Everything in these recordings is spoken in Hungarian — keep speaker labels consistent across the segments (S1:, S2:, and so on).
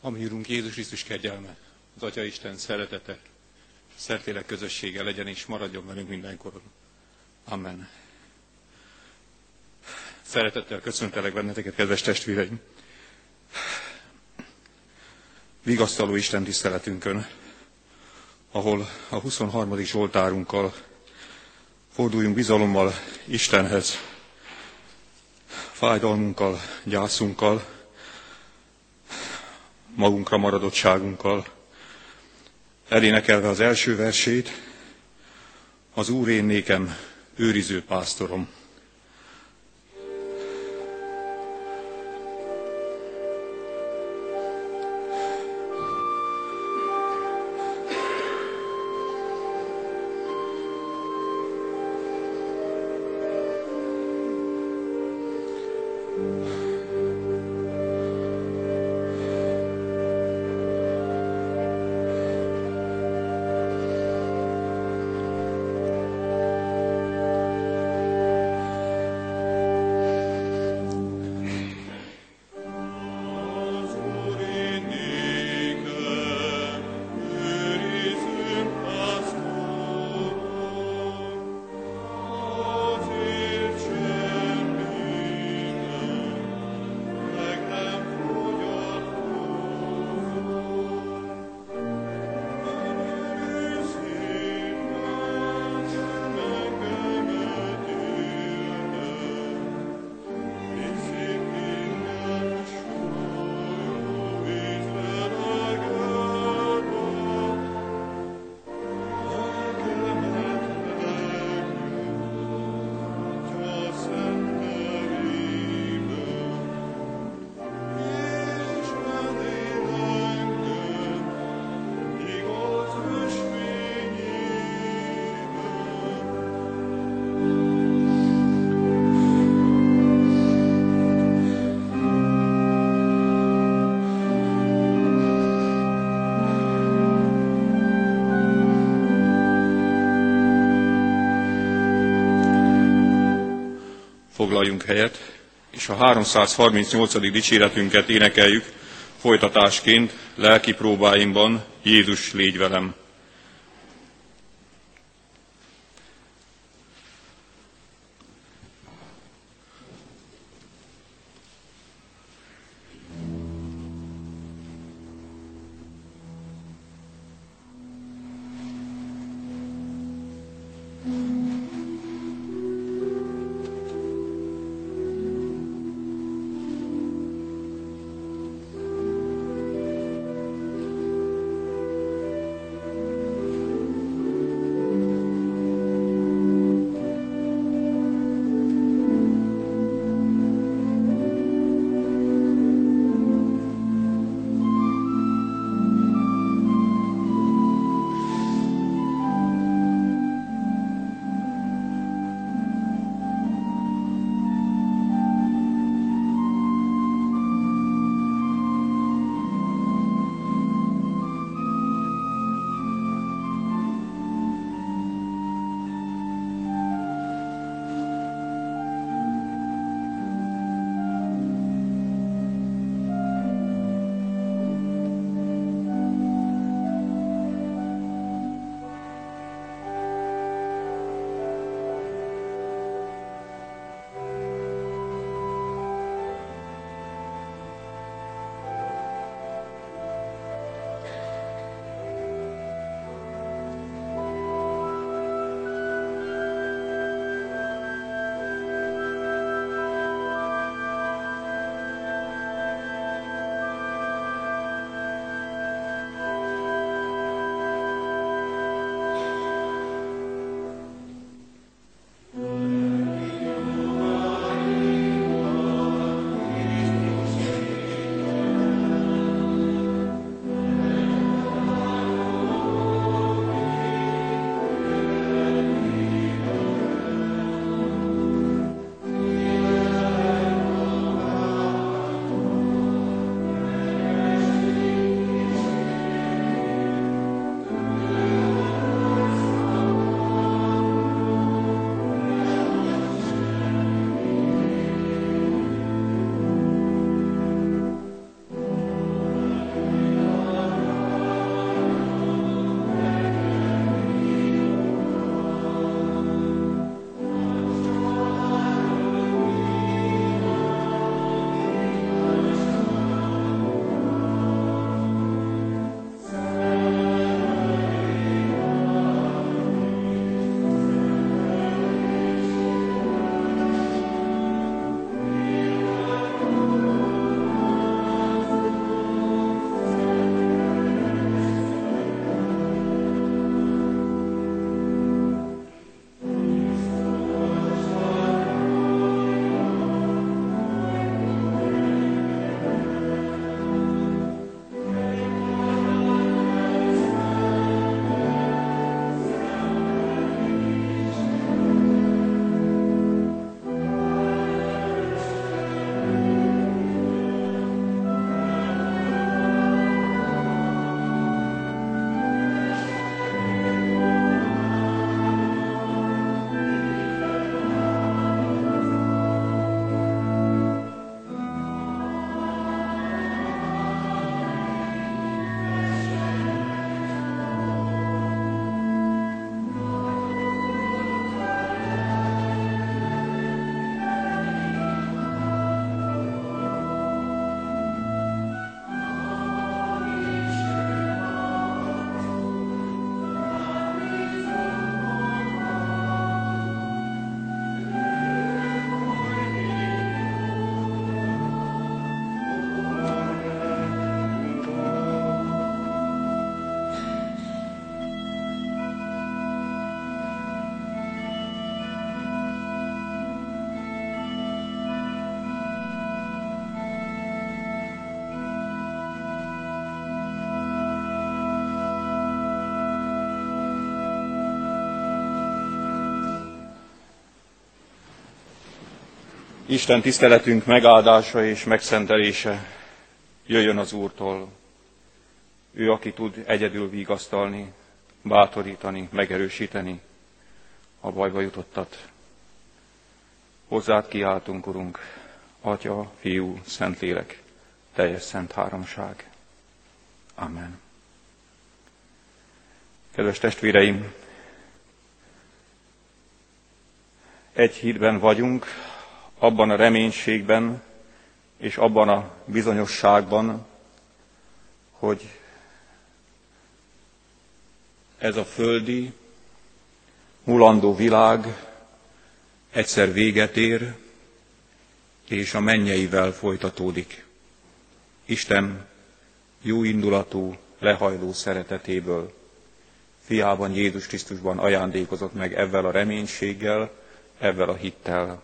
S1: A mi Urunk Jézus Krisztus kegyelme, az Atyaisten szeretete, Szentlélek közössége legyen és maradjon velünk mindenkoron. Amen. Szeretettel köszöntelek benneteket, kedves testvéreim! Vigasztaló Isten tiszteletünkön, ahol a 23. Zsoltárunkkal forduljunk bizalommal Istenhez, fájdalmunkkal, gyászunkkal, magunkra maradottságunkkal, elénekelve az első versét, az Úr én nékem őriző pásztorom. Foglaljunk helyet, és a 338. dicséretünket énekeljük folytatásként lelki próbáimban: Jézus, légy velem! Isten tiszteletünk megáldása és megszentelése jöjjön az Úrtól. Ő, aki tud egyedül vigasztalni, bátorítani, megerősíteni a bajba jutottat. Hozzád kiáltunk, Urunk, Atya, Fiú, Szentlélek, teljes szent háromság. Amen. Kedves testvéreim, egy hitben vagyunk, abban a reménységben és abban a bizonyosságban, hogy ez a földi, mulandó világ egyszer véget ér, és a mennyeivel folytatódik. Isten jóindulatú, lehajló szeretetéből Fiában, Jézus Krisztusban ajándékozott meg ezzel a reménységgel, ezzel a hittel.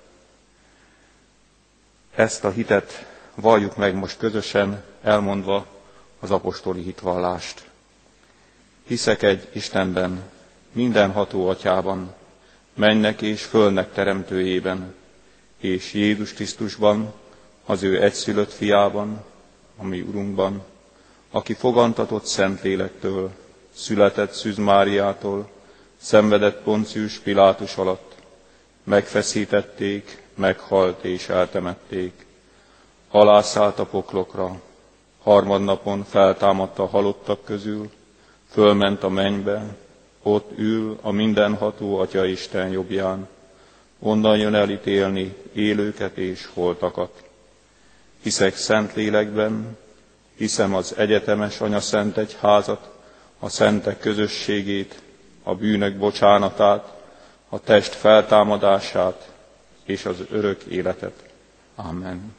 S1: Ezt a hitet valljuk meg most közösen, elmondva az apostoli hitvallást. Hiszek egy Istenben, mindenható Atyában, mennek és földnek teremtőjében, és Jézus Krisztusban, az ő egyszülött fiában, a mi Urunkban, aki fogantatott Szentlélektől, született Szűz Máriától, szenvedett Poncius Pilátus alatt, megfeszítették, meghalt és eltemették, alászállt a poklokra, harmadnapon feltámadt a halottak közül, fölment a mennybe, ott ül a mindenható Atya Isten jobbján, onnan jön elítélni élőket és holtakat. Hiszek Szentlélekben, hiszem az egyetemes Anyaszent Egyházat, a szentek közösségét, a bűnök bocsánatát, a test feltámadását és az örök életet. Amen.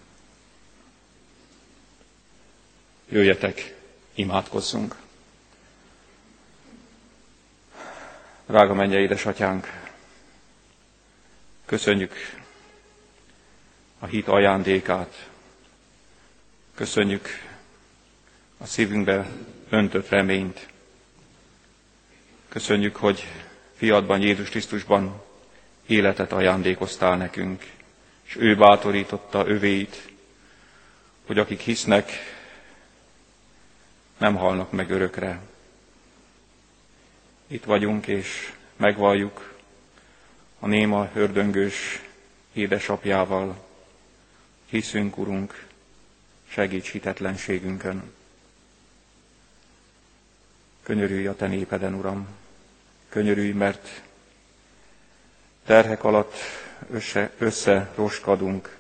S1: Jöjjetek, imádkozzunk! Drága mennyei édesatyánk, köszönjük a hit ajándékát, köszönjük a szívünkbe öntött reményt, köszönjük, hogy fiadban, Jézus Krisztusban életet ajándékoztál nekünk, és ő bátorította övéit, hogy akik hisznek, nem halnak meg örökre. Itt vagyunk, és megvalljuk a néma, hördöngős édesapjával. Hiszünk, Urunk, segíts hitetlenségünkön. Könyörülj a te népeden, Uram, könyörülj, mert terhek alatt összeroskadunk.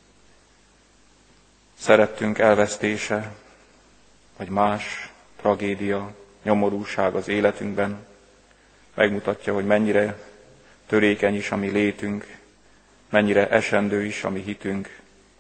S1: Szerettünk elvesztése, vagy más tragédia, nyomorúság az életünkben megmutatja, hogy mennyire törékeny is a mi létünk, mennyire esendő is a mi hitünk.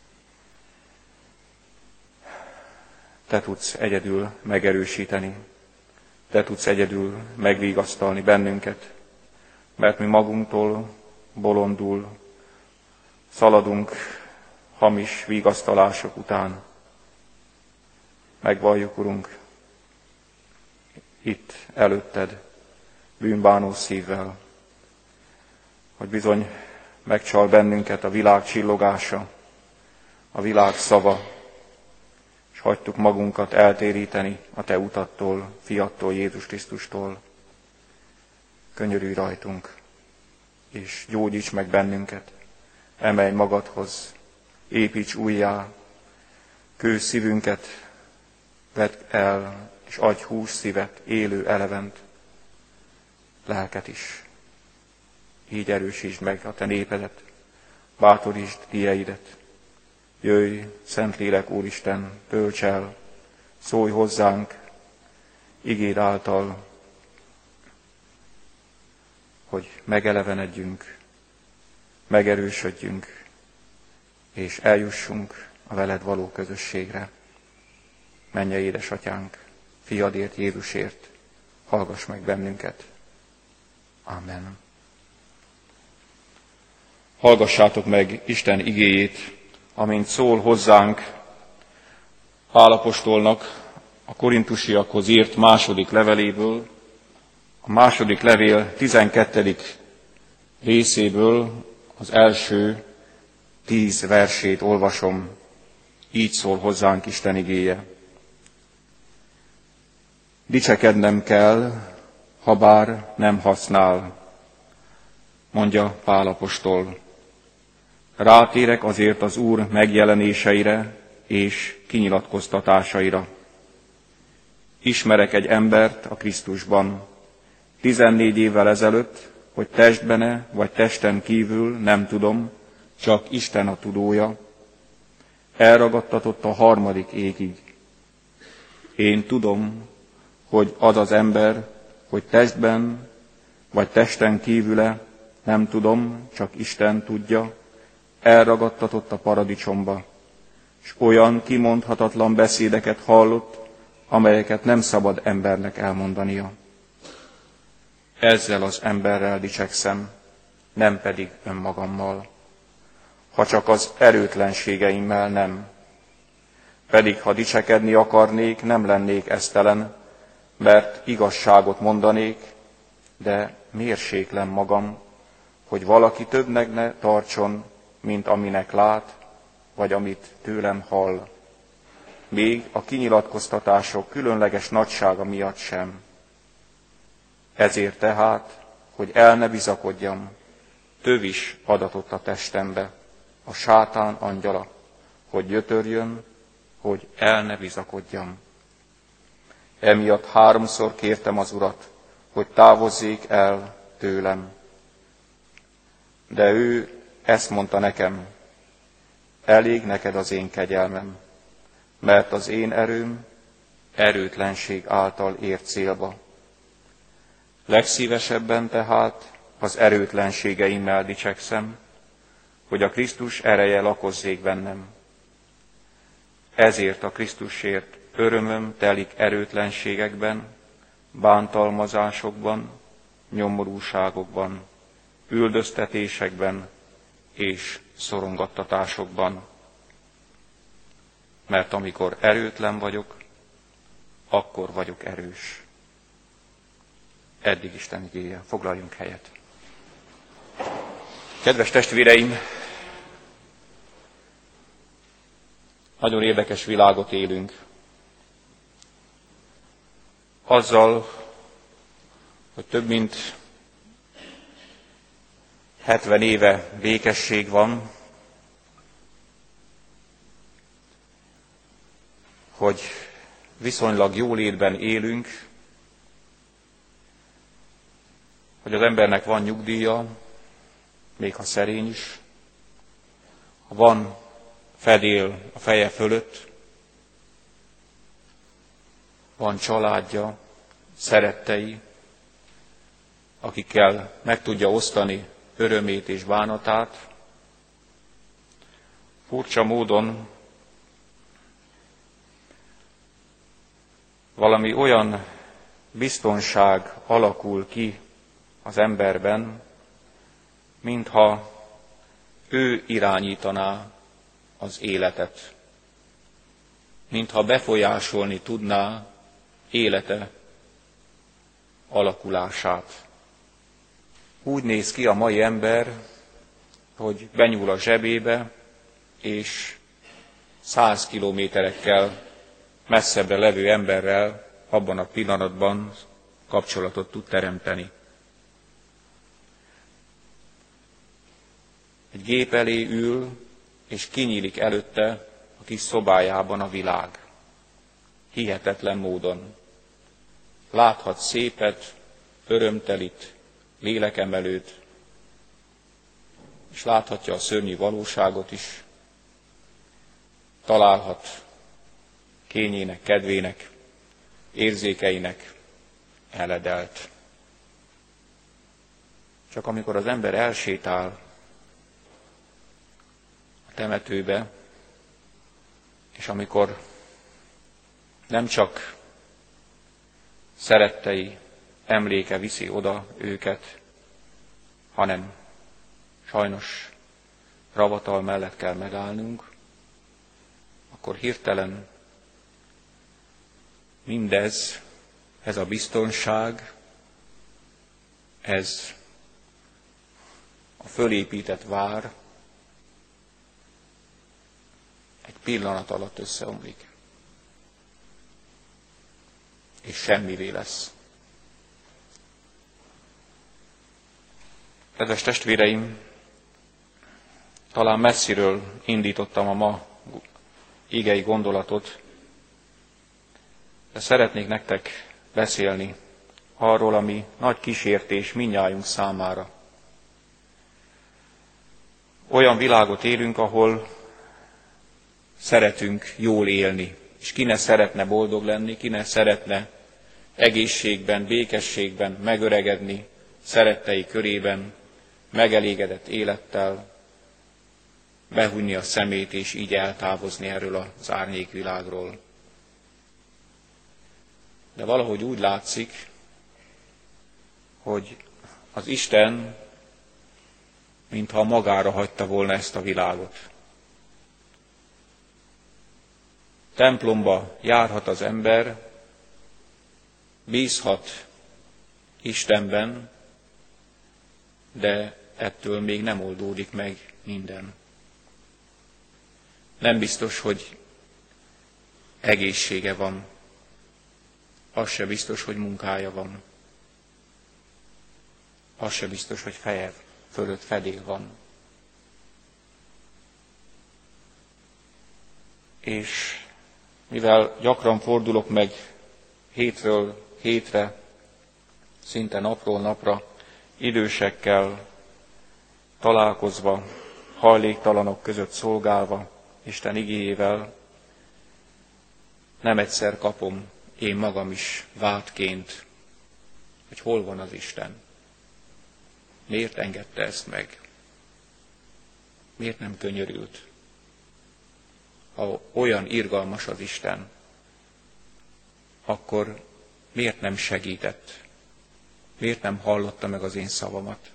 S1: Te tudsz egyedül megerősíteni, te tudsz egyedül megvigasztalni bennünket, mert mi magunktól bolondul szaladunk hamis vigasztalások után. Megvalljuk, Urunk, itt előtted, bűnbánó szívvel, hogy bizony megcsal bennünket a világ csillogása, a világ szava, és hagytuk magunkat eltéríteni a te utattól, fiattól, Jézus Krisztustól. Könyörülj rajtunk, és gyógyíts meg bennünket, emelj magadhoz, építs újjá, kős szívünket vedd el, és adj hús szívet, élő elevent, lelket is. Így erősítsd meg a te népedet, bátorítsd dieidet. Jöjj, Szentlélek Úristen, tölts el, szólj hozzánk igéd által, hogy megelevenedjünk, megerősödjünk, és eljussunk a veled való közösségre. Mennyei édesatyánk, fiadért, Jézusért, hallgass meg bennünket. Amen. Hallgassátok meg Isten igéjét, amint szól hozzánk Pál apostolnak a korintusiakhoz írt második leveléből, a második levél 12. részéből, az első 10 versét olvasom, így szól hozzánk Isten igéje. Dicsekednem kell, habár nem használ, mondja Pál apostol. Rátérek azért az Úr megjelenéseire és kinyilatkoztatásaira. Ismerek egy embert a Krisztusban. 14 évvel ezelőtt, hogy testbene vagy testen kívül, nem tudom, csak Isten a tudója, elragadtatott a harmadik égig. Én tudom, hogy az az ember, hogy testben vagy testen kívüle, nem tudom, csak Isten tudja, elragadtatott a paradicsomba, és olyan kimondhatatlan beszédeket hallott, amelyeket nem szabad embernek elmondania. Ezzel az emberrel dicsekszem, nem pedig önmagammal, ha csak az erőtlenségeimmel nem. Pedig ha dicsekedni akarnék, nem lennék esztelen, mert igazságot mondanék, de mérséklem magam, hogy valaki többnek ne tartson, mint aminek lát, vagy amit tőlem hall. Még a kinyilatkoztatások különleges nagysága miatt sem. Ezért tehát, hogy el ne bizakodjam, tövis adatott a testembe, a sátán angyala, hogy gyötörjön, hogy el ne bizakodjam. Emiatt 3-szor kértem az Urat, hogy távozzék el tőlem. De ő ezt mondta nekem, elég neked az én kegyelmem, mert az én erőm erőtlenség által ér célba. Legszívesebben tehát az erőtlenségeimmel dicsekszem, hogy a Krisztus ereje lakozzék bennem. Ezért a Krisztusért örömöm telik erőtlenségekben, bántalmazásokban, nyomorúságokban, üldöztetésekben és szorongattatásokban. Mert amikor erőtlen vagyok, akkor vagyok erős. Eddig Isten igéje. Foglaljunk helyet. Kedves testvéreim, nagyon érdekes világot élünk. Azzal, hogy több mint 70 éve békesség van, hogy viszonylag jólétben élünk, hogy az embernek van nyugdíja, még ha szerény is, ha van fedél a feje fölött, van családja, szerettei, akikkel meg tudja osztani örömét és bánatát. Furcsa módon valami olyan biztonság alakul ki az emberben, mintha ő irányítaná az életet, mintha befolyásolni tudná élete alakulását. Úgy néz ki a mai ember, hogy benyúl a zsebébe, és 100 kilométerekkel messzebbre levő emberrel abban a pillanatban kapcsolatot tud teremteni. Egy gép elé ül, és kinyílik előtte a kis szobájában a világ. Hihetetlen módon. Láthat szépet, örömtelit, lélekemelőt, és láthatja a szörnyű valóságot is. Találhat kényének, kedvének, érzékeinek eledelt. Csak amikor az ember elsétál a temetőbe, és amikor nem csak szerettei emléke viszi oda őket, hanem sajnos ravatal mellett kell megállnunk, akkor hirtelen mindez, ez a biztonság, ez a fölépített vár pillanat alatt összeomlik. És semmivé lesz. Kedves testvéreim, talán messziről indítottam a ma igei gondolatot, de szeretnék nektek beszélni arról, ami nagy kísértés mindnyájunk számára. Olyan világot élünk, ahol szeretünk jól élni, és ki ne szeretne boldog lenni, ki ne szeretne egészségben, békességben megöregedni, szerettei körében, megelégedett élettel, behunni a szemét, és így eltávozni erről az árnyékvilágról. De valahogy úgy látszik, hogy az Isten mintha magára hagyta volna ezt a világot. Templomba járhat az ember, bízhat Istenben, de ettől még nem oldódik meg minden. Nem biztos, hogy egészsége van, az se biztos, hogy munkája van, az se biztos, hogy feje fölött fedél van. És mivel gyakran fordulok meg hétről hétre, szinte napról napra, idősekkel találkozva, hajléktalanok között szolgálva, Isten igéjével, nem egyszer kapom én magam is vádként, hogy hol van az Isten. Miért engedte ezt meg? Miért nem könyörült? Ha olyan irgalmas az Isten, akkor miért nem segített? Miért nem hallotta meg az én szavamat?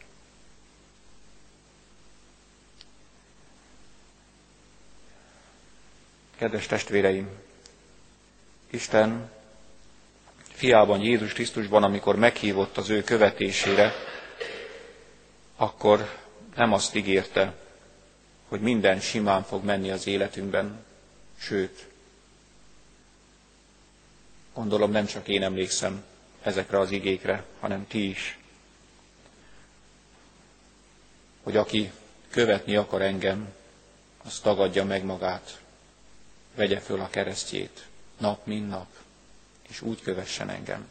S1: Kedves testvéreim, Isten fiában, Jézus Krisztusban, amikor meghívott az ő követésére, akkor nem azt ígérte, hogy minden simán fog menni az életünkben, sőt, gondolom nem csak én emlékszem ezekre az igékre, hanem ti is, hogy aki követni akar engem, az tagadja meg magát, vegye föl a keresztjét nap mint nap, és úgy kövessen engem.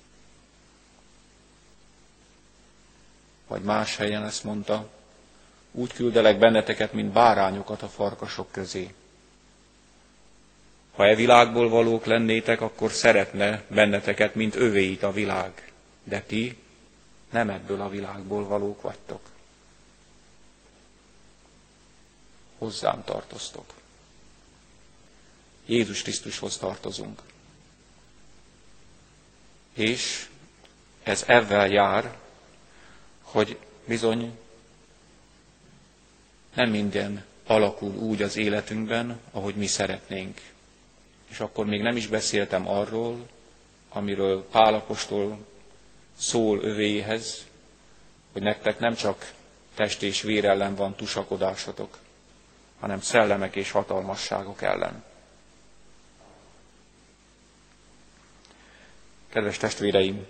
S1: Vagy más helyen ezt mondta, úgy küldelek benneteket, mint bárányokat a farkasok közé. Ha e világból valók lennétek, akkor szeretne benneteket, mint övéit a világ. De ti nem ebből a világból valók vagytok. Hozzám tartoztok. Jézus Krisztushoz tartozunk. És ez ezzel jár, hogy bizony nem minden alakul úgy az életünkben, ahogy mi szeretnénk. És akkor még nem is beszéltem arról, amiről Pál apostol szól övéihez, hogy nektek nem csak test és vér ellen van tusakodásotok, hanem szellemek és hatalmasságok ellen. Kedves testvéreim,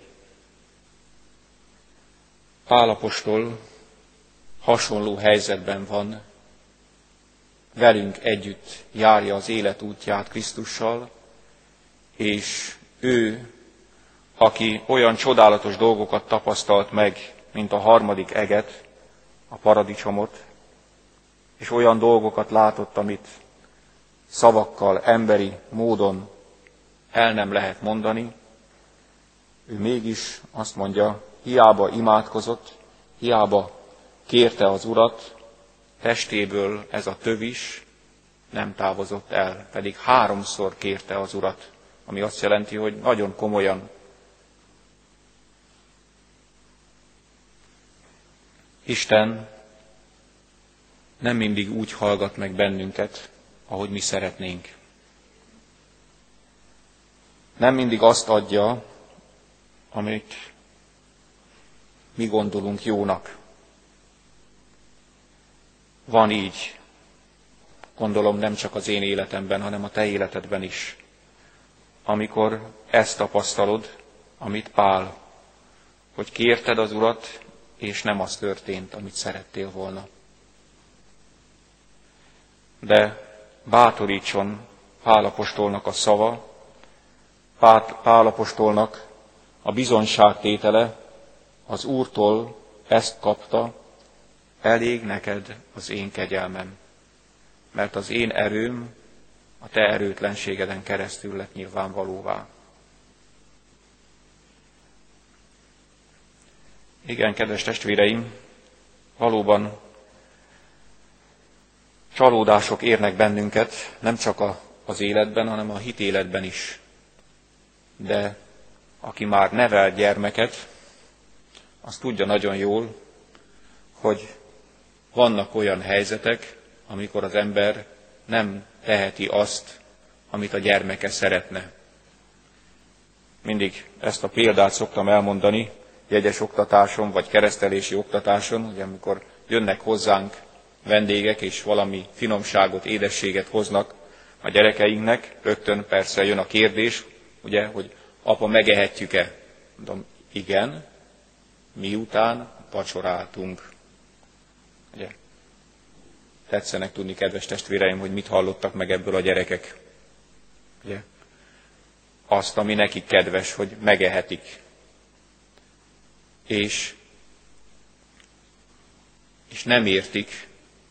S1: Pál apostol hasonló helyzetben van, velünk együtt járja az élet útját Krisztussal, és ő, aki olyan csodálatos dolgokat tapasztalt meg, mint a harmadik eget, a paradicsomot, és olyan dolgokat látott, amit szavakkal, emberi módon el nem lehet mondani, ő mégis azt mondja, hiába imádkozott, hiába kérte az Urat, testéből ez a tövis nem távozott el, pedig 3-szor kérte az Urat, ami azt jelenti, hogy nagyon komolyan. Isten nem mindig úgy hallgat meg bennünket, ahogy mi szeretnénk. Nem mindig azt adja, amit mi gondolunk jónak. Van így, gondolom nem csak az én életemben, hanem a te életedben is, amikor ezt tapasztalod, amit Pál, hogy kérted az Urat, és nem az történt, amit szerettél volna. De bátorítson Pál apostolnak a szava, Pál apostolnak a bizonyságtétele, az Úrtól ezt kapta, elég neked az én kegyelmem, mert az én erőm a te erőtlenségeden keresztül lett nyilvánvalóvá. Igen, kedves testvéreim, valóban csalódások érnek bennünket, nem csak az életben, hanem a hitéletben is. De aki már nevel gyermeket, az tudja nagyon jól, hogy vannak olyan helyzetek, amikor az ember nem teheti azt, amit a gyermeke szeretne. Mindig ezt a példát szoktam elmondani jegyes oktatáson, vagy keresztelési oktatáson, hogy amikor jönnek hozzánk vendégek, és valami finomságot, édességet hoznak a gyerekeinknek, rögtön persze jön a kérdés, ugye, hogy apa, megehetjük-e? Mondom, igen, miután vacsoráltunk. Ugye? Tetszenek tudni, kedves testvéreim, hogy mit hallottak meg ebből a gyerekek. Ugye? Azt, ami nekik kedves, hogy megehetik. És nem értik,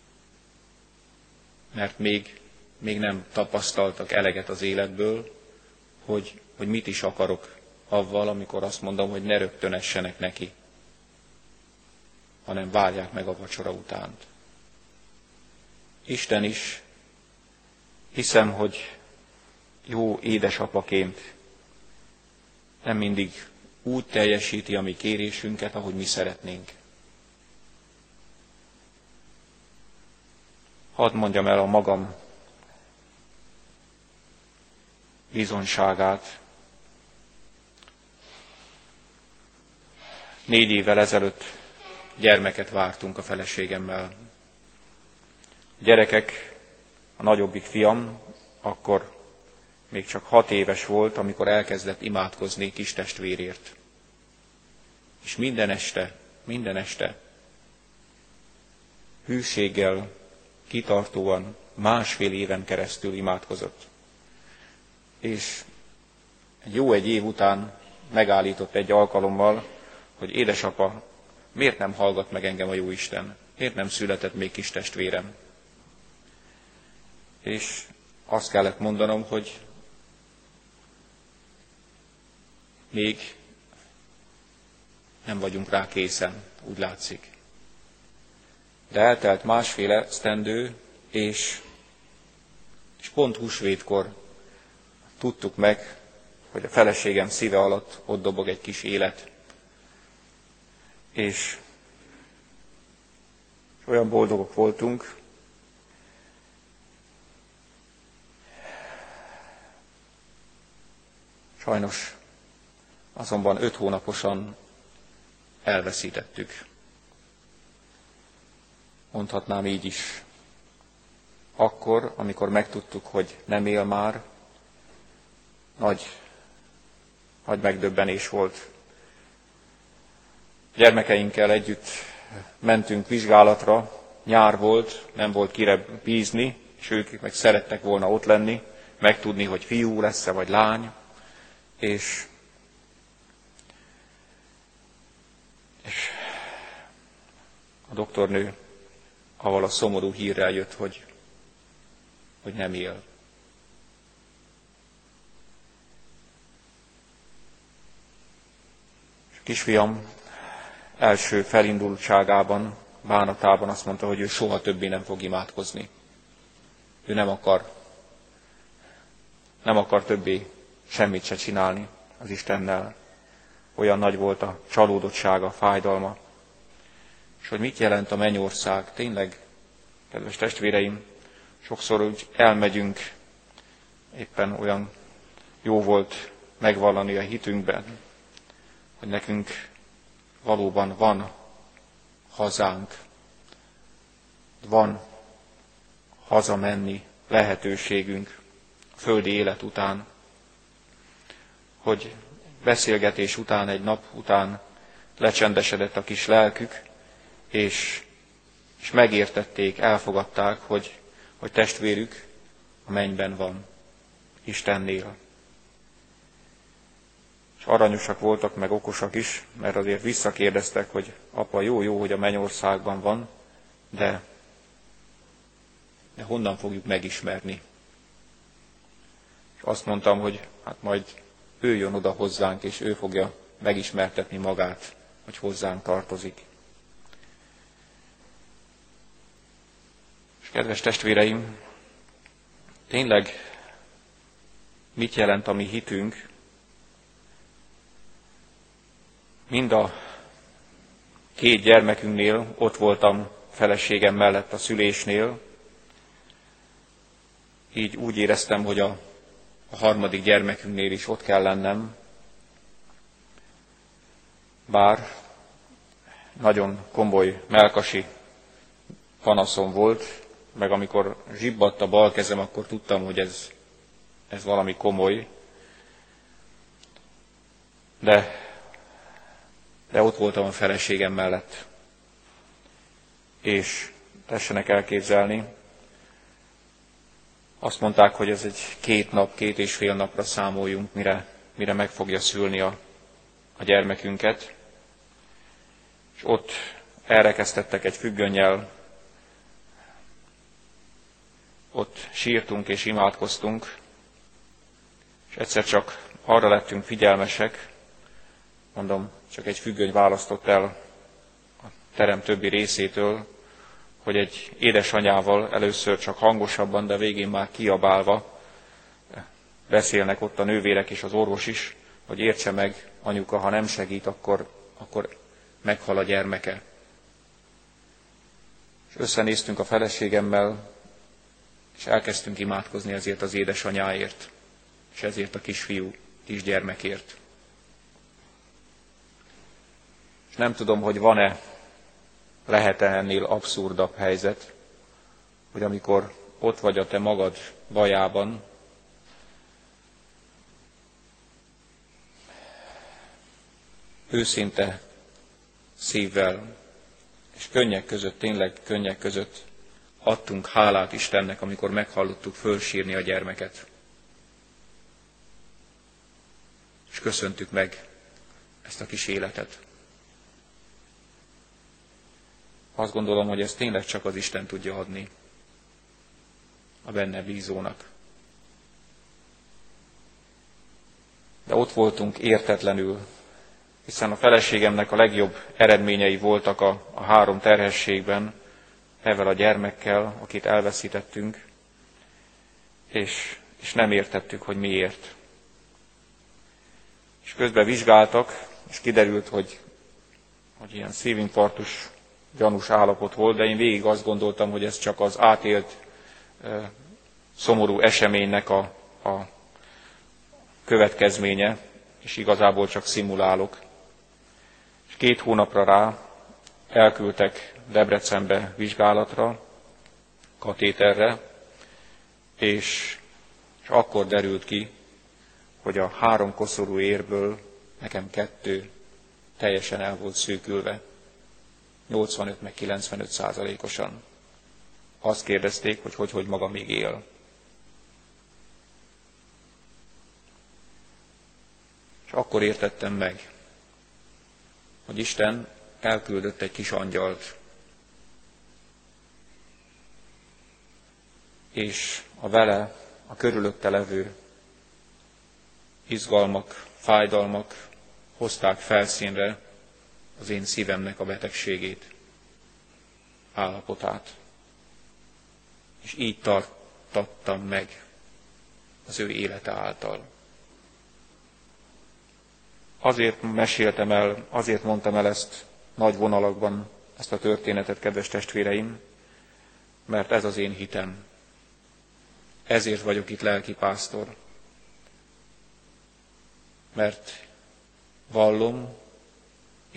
S1: mert még nem tapasztaltak eleget az életből, hogy mit is akarok avval, amikor azt mondom, hogy ne rögtönessenek neki, hanem várják meg a vacsora utánt. Isten is, hiszem, hogy jó édesapaként nem mindig úgy teljesíti a mi kérésünket, ahogy mi szeretnénk. Hadd mondjam el a magam bizonyságát. 4 évvel ezelőtt gyermeket vártunk a feleségemmel. A gyerekek, a nagyobbik fiam akkor még csak 6 éves volt, amikor elkezdett imádkozni kis testvérért. És minden este hűséggel, kitartóan 1,5 éven keresztül imádkozott. És egy év után megállított egy alkalommal, hogy édesapa, miért nem hallgat meg engem a Jóisten? Miért nem született még kis testvérem? És azt kellett mondanom, hogy még nem vagyunk rá készen, úgy látszik. De eltelt 1,5 esztendő, és pont húsvétkor tudtuk meg, hogy a feleségem szíve alatt ott dobog egy kis élet. És olyan boldogok voltunk, sajnos azonban 5 hónaposan elveszítettük. Mondhatnám így is. Akkor, amikor megtudtuk, hogy nem él már, nagy megdöbbenés volt. Gyermekeinkkel együtt mentünk vizsgálatra, nyár volt, nem volt kire bízni, és ők meg szerettek volna ott lenni, megtudni, hogy fiú lesz-e vagy lány, és a doktornő avval a szomorú hírrel jött, hogy nem él. És a kisfiam első felindultságában, bánatában azt mondta, hogy ő soha többé nem fog imádkozni. Ő nem akar többé semmit se csinálni az Istennel. Olyan nagy volt a csalódottsága, a fájdalma. És hogy mit jelent a mennyország? Tényleg, kedves testvéreim, sokszor úgy elmegyünk, éppen olyan jó volt megvallani a hitünkben, hogy nekünk valóban van hazánk, van
S2: hazamenni lehetőségünk a földi élet után, hogy beszélgetés után, egy nap után lecsendesedett a kis lelkük, és megértették, elfogadták, hogy testvérük a mennyben van, Istennél. És aranyosak voltak, meg okosak is, mert azért visszakérdeztek, hogy apa, jó, hogy a mennyországban van, de honnan fogjuk megismerni? És azt mondtam, hogy hát majd ő jön oda hozzánk, és ő fogja megismertetni magát, hogy hozzánk tartozik. És kedves testvéreim, tényleg mit jelent a mi hitünk? Mind a 2 gyermekünknél ott voltam feleségem mellett a szülésnél, így úgy éreztem, hogy a 3. gyermekünknél is ott kell lennem, bár nagyon komoly mellkasi panaszom volt, meg amikor zsibbadt a bal kezem, akkor tudtam, hogy ez valami komoly, de ott voltam a feleségem mellett. És tessenek elképzelni, azt mondták, hogy ez egy 2 nap, 2,5 napra számoljunk, mire meg fogja szülni a gyermekünket. És ott elrekesztettek egy függönnyel, ott sírtunk és imádkoztunk, és egyszer csak arra lettünk figyelmesek, mondom, csak egy függöny választott el a terem többi részétől, hogy egy édesanyával először csak hangosabban, de végén már kiabálva beszélnek ott a nővérek és az orvos is, hogy értse meg, anyuka, ha nem segít, akkor meghal a gyermeke. És összenéztünk a feleségemmel, és elkezdtünk imádkozni ezért az édesanyáért, és ezért a kisgyermekért. És nem tudom, hogy lehet-e ennél abszurdabb helyzet, hogy amikor ott vagy a te magad bajában, őszinte szívvel és könnyek között, tényleg könnyek között adtunk hálát Istennek, amikor meghallottuk fölsírni a gyermeket. És köszöntük meg ezt a kis életet. Azt gondolom, hogy ezt tényleg csak az Isten tudja adni a benne bízónak. De ott voltunk értetlenül, hiszen a feleségemnek a legjobb eredményei voltak a 3 terhességben, ezzel a gyermekkel, akit elveszítettünk, és nem értettük, hogy miért. És közben vizsgáltak, és kiderült, hogy ilyen szívinfarktus gyanús állapot volt, de én végig azt gondoltam, hogy ez csak az átélt szomorú eseménynek a következménye, és igazából csak szimulálok. És 2 hónapra rá elküldtek Debrecenbe vizsgálatra, katéterre, és akkor derült ki, hogy a 3 koszorú érből nekem 2 teljesen el volt szűkülve. 85 meg 95%-osan. Azt kérdezték, hogy maga még él. És akkor értettem meg, hogy Isten elküldött egy kis angyalt, és a vele, a körülötte levő izgalmak, fájdalmak hozták felszínre az én szívemnek a betegségét, állapotát. És így tartattam meg az ő élete által. Azért meséltem el, azért mondtam el ezt nagy vonalakban, ezt a történetet, kedves testvéreim, mert ez az én hitem. Ezért vagyok itt lelkipásztor. Mert vallom,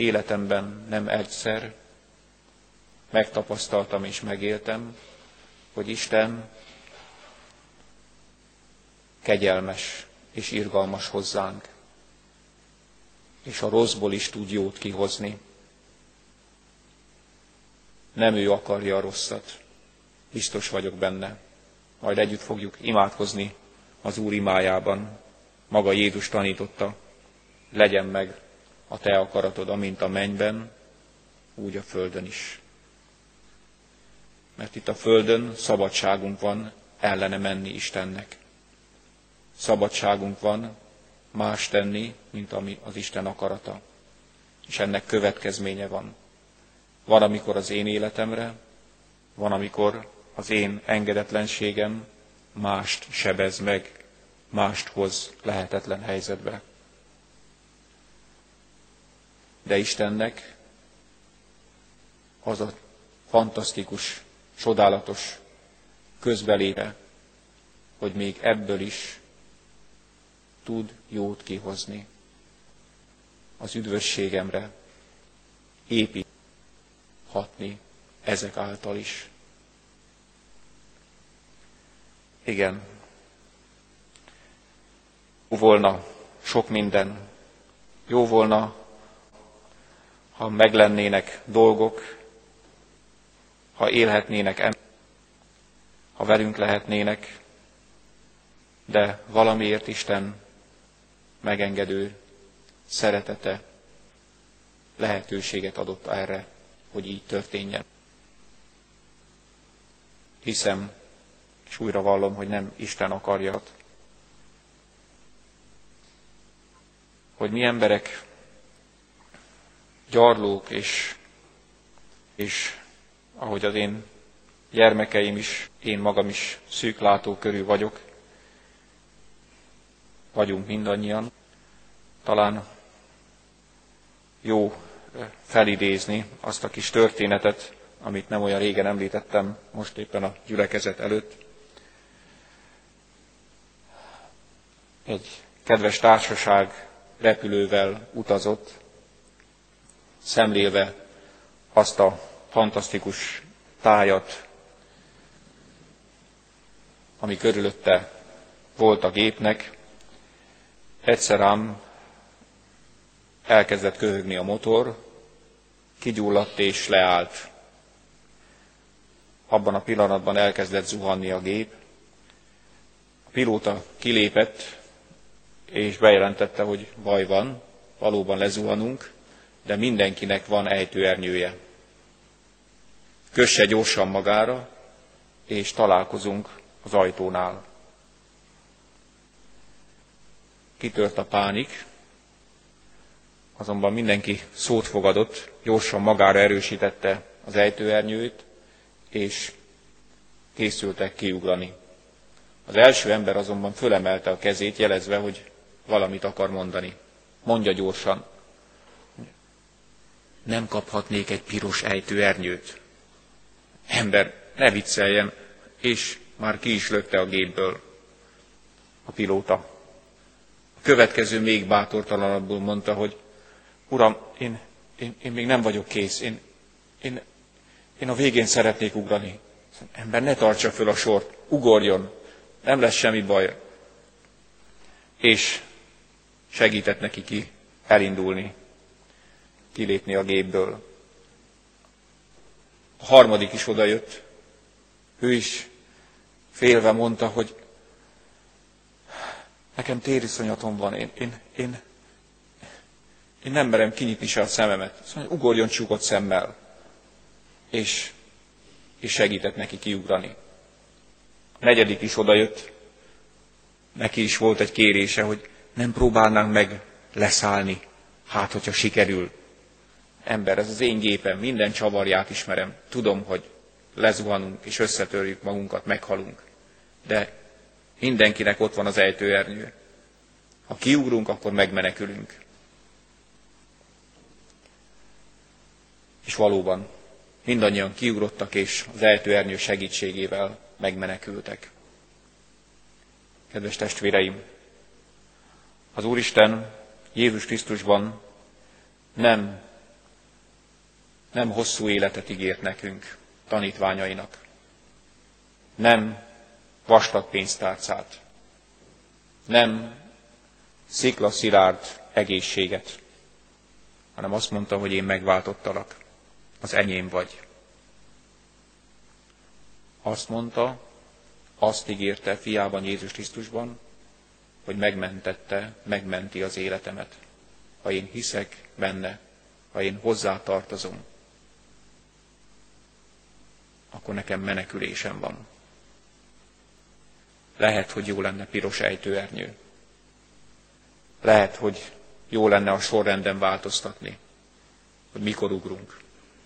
S2: életemben nem egyszer megtapasztaltam és megéltem, hogy Isten kegyelmes és irgalmas hozzánk, és a rosszból is tud jót kihozni. Nem ő akarja a rosszat, biztos vagyok benne. Majd együtt fogjuk imádkozni az Úr imájában. Maga Jézus tanította, legyen meg a te akaratod, amint a mennyben, úgy a földön is. Mert itt a földön szabadságunk van ellene menni Istennek. Szabadságunk van más tenni, mint ami az Isten akarata. És ennek következménye van. Van, amikor az én életemre, van, amikor az én engedetlenségem mást sebez meg, mást hoz lehetetlen helyzetbe. De Istennek az a fantasztikus, csodálatos közbeléte, hogy még ebből is tud jót kihozni. Az üdvösségemre építhatni ezek által is. Igen, jó volna sok minden, jó volna, ha meglennének dolgok, ha élhetnének emberek, ha velünk lehetnének, de valamiért Isten megengedő szeretete lehetőséget adott erre, hogy így történjen. Hiszem, és újra vallom, hogy nem Isten akarja, hogy mi emberek gyarlók, és ahogy az én gyermekeim is, én magam is szűklátókörű vagyunk mindannyian. Talán jó felidézni azt a kis történetet, amit nem olyan régen említettem, most éppen a gyülekezet előtt. Egy kedves társaság repülővel utazott, szemlélve azt a fantasztikus tájat, ami körülötte volt a gépnek. Egyszer ám elkezdett köhögni a motor, kigyulladt és leállt. Abban a pillanatban elkezdett zuhanni a gép. A pilóta kilépett, és bejelentette, hogy baj van, valóban lezuhanunk, de mindenkinek van ejtőernyője. Kösse gyorsan magára, és találkozunk az ajtónál. Kitört a pánik, azonban mindenki szót fogadott, gyorsan magára erősítette az ejtőernyőt, és készültek kiugrani. Az első ember azonban fölemelte a kezét, jelezve, hogy valamit akar mondani. Mondja gyorsan. Nem kaphatnék egy piros ejtőernyőt? Ember, ne vicceljen, és már ki is lökte a gépből a pilóta. A következő még bátortalanabbul mondta, hogy Uram, én még nem vagyok kész, én a végén szeretnék ugrani. Ember, ne tartsa föl a sort, ugorjon, nem lesz semmi baj. És segített neki elindulni, kilépni a gépből. A harmadik is odajött, ő is félve mondta, hogy nekem tériszonyatom van, én nem merem kinyitni se a szememet. Azt mondja, ugorjon csukott szemmel. És segített neki kiugrani. A negyedik is odajött, neki is volt egy kérése, hogy nem próbálnánk meg leszállni, hát hogyha sikerül. Ember, ez az én gépem, minden csavarját ismerem, tudom, hogy lezuhanunk és összetörjük magunkat, meghalunk. De mindenkinek ott van az ejtőernyő. Ha kiugrunk, akkor megmenekülünk. És valóban mindannyian kiugrottak, és az ejtőernyő segítségével megmenekültek. Kedves testvéreim, az Úristen Jézus Krisztusban nem hosszú életet ígért nekünk, tanítványainak. nem vastag pénztárcát, nem sziklaszilárd egészséget, hanem azt mondta, hogy én megváltottalak, az enyém vagy. Azt mondta, azt ígérte fiában, Jézus Krisztusban, hogy megmenti az életemet. Ha én hiszek benne, ha én hozzá tartozom, akkor nekem menekülésem van. Lehet, hogy jó lenne piros ejtőernyő. Lehet, hogy jó lenne a sorrenden változtatni, hogy mikor ugrunk.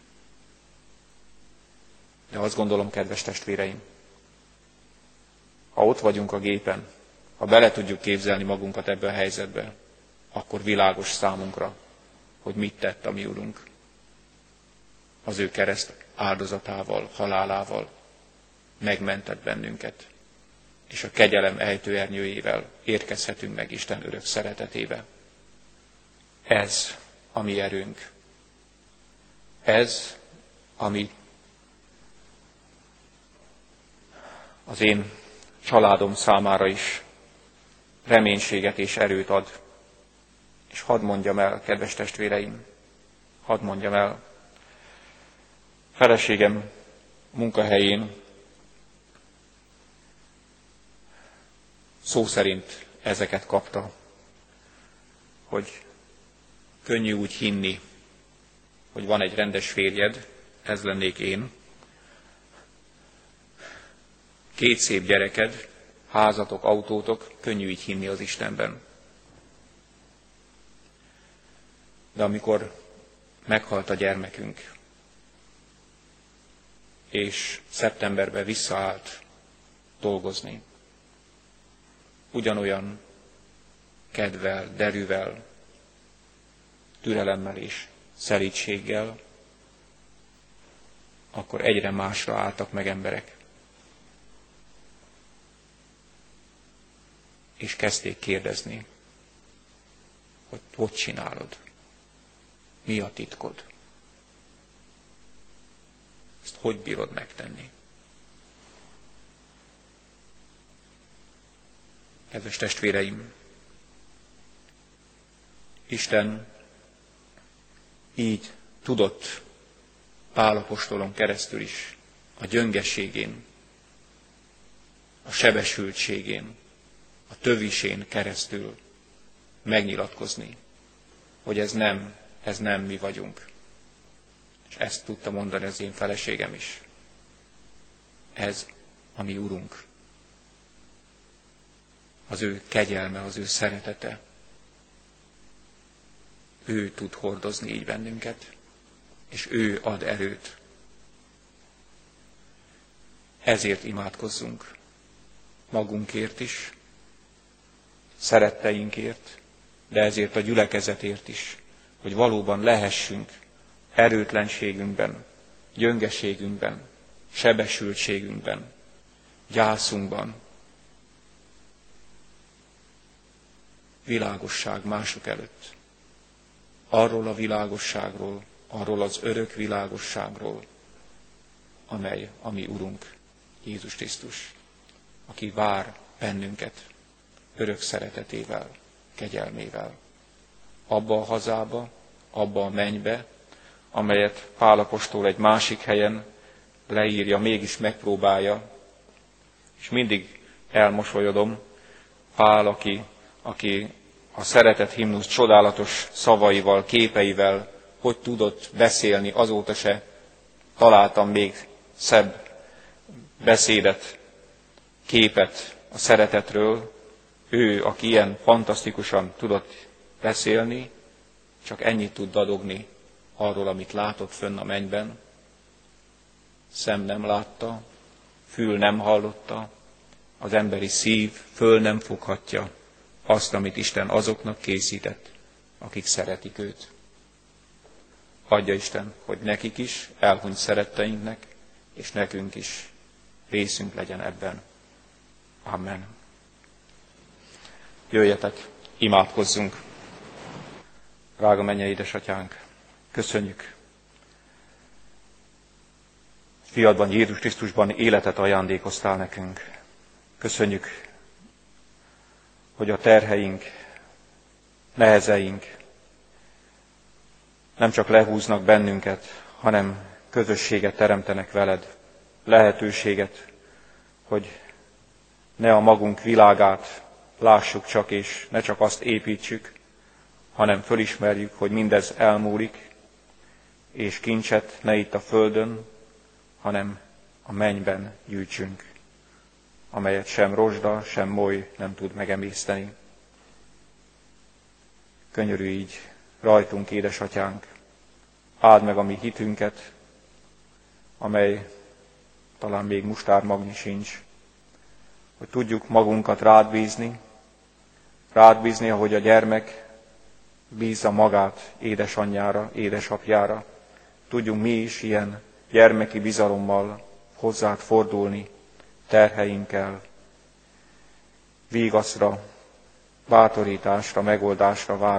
S2: De azt gondolom, kedves testvéreim, ha ott vagyunk a gépen, ha bele tudjuk képzelni magunkat ebbe a helyzetbe, akkor világos számunkra, hogy mit tett a mi Urunk. Az ő kereszt áldozatával, halálával megmentett bennünket, és a kegyelem ejtőernyőjével érkezhetünk meg Isten örök szeretetébe. Ez a mi erőnk. Ez, ami az én családom számára is reménységet és erőt ad. És hadd mondjam el, kedves testvéreim, hadd mondjam el, feleségem munkahelyén szó szerint ezeket kapta, hogy könnyű úgy hinni, hogy van egy rendes férjed, ez lennék én, 2 szép gyereked, házatok, autótok, könnyű így hinni az Istenben. De amikor meghalt a gyermekünk, és szeptemberben visszaállt dolgozni, ugyanolyan kedvel, derűvel, türelemmel és szelídséggel, akkor egyre másra álltak meg emberek. És kezdték kérdezni, hogy hogy csinálod, mi a titkod, ezt hogy bírod megtenni. Kedves testvéreim, Isten így tudott Pál apostolon keresztül is a gyöngeségén, a sebesültségén, a tövisén keresztül megnyilatkozni, hogy ez nem mi vagyunk. És ezt tudta mondani az én feleségem is. Ez a mi Urunk. Az ő kegyelme, az ő szeretete. Ő tud hordozni így bennünket, és ő ad erőt. Ezért imádkozzunk magunkért is, szeretteinkért, de ezért a gyülekezetért is, hogy valóban lehessünk erőtlenségünkben, gyöngeségünkben, sebesültségünkben, gyászunkban világosság mások előtt. Arról a világosságról, arról az örök világosságról, amely a mi Urunk, Jézus Krisztus, aki vár bennünket örök szeretetével, kegyelmével. Abba a hazába, abba a mennybe, amelyet Pál apostol egy másik helyen leírja, mégis megpróbálja, és mindig elmosolyodom, Pál, aki a szeretet himnusz csodálatos szavaival, képeivel, hogy tudott beszélni, azóta se találtam még szebb beszédet, képet a szeretetről. Ő, aki ilyen fantasztikusan tudott beszélni, csak ennyit tud dadogni arról, amit látott fönn a mennyben. Szem nem látta, fül nem hallotta, az emberi szív föl nem foghatja azt, amit Isten azoknak készített, akik szeretik őt. Adja Isten, hogy nekik is, elhunyt szeretteinknek, és nekünk is részünk legyen ebben. Amen. Jöjjetek, imádkozzunk. Drága mennyei édesatyánk, köszönjük fiadban, Jézus Krisztusban életet ajándékoztál nekünk. Köszönjük, hogy a terheink, nehezeink nem csak lehúznak bennünket, hanem közösséget teremtenek veled, lehetőséget, hogy ne a magunk világát lássuk csak, és ne csak azt építsük, hanem fölismerjük, hogy mindez elmúlik, és kincset ne itt a földön, hanem a mennyben gyűjtsünk, amelyet sem rozsda, sem moly nem tud megemészteni. Könyörülj így rajtunk, édesatyánk, áld meg a mi hitünket, amely talán még mustármagnyi sincs, hogy tudjuk magunkat rád bízni, ahogy a gyermek bízza magát édesanyjára, édesapjára. Tudjunk mi is ilyen gyermeki bizalommal hozzád fordulni, terheinkkel, vígaszra, bátorításra, megoldásra várva.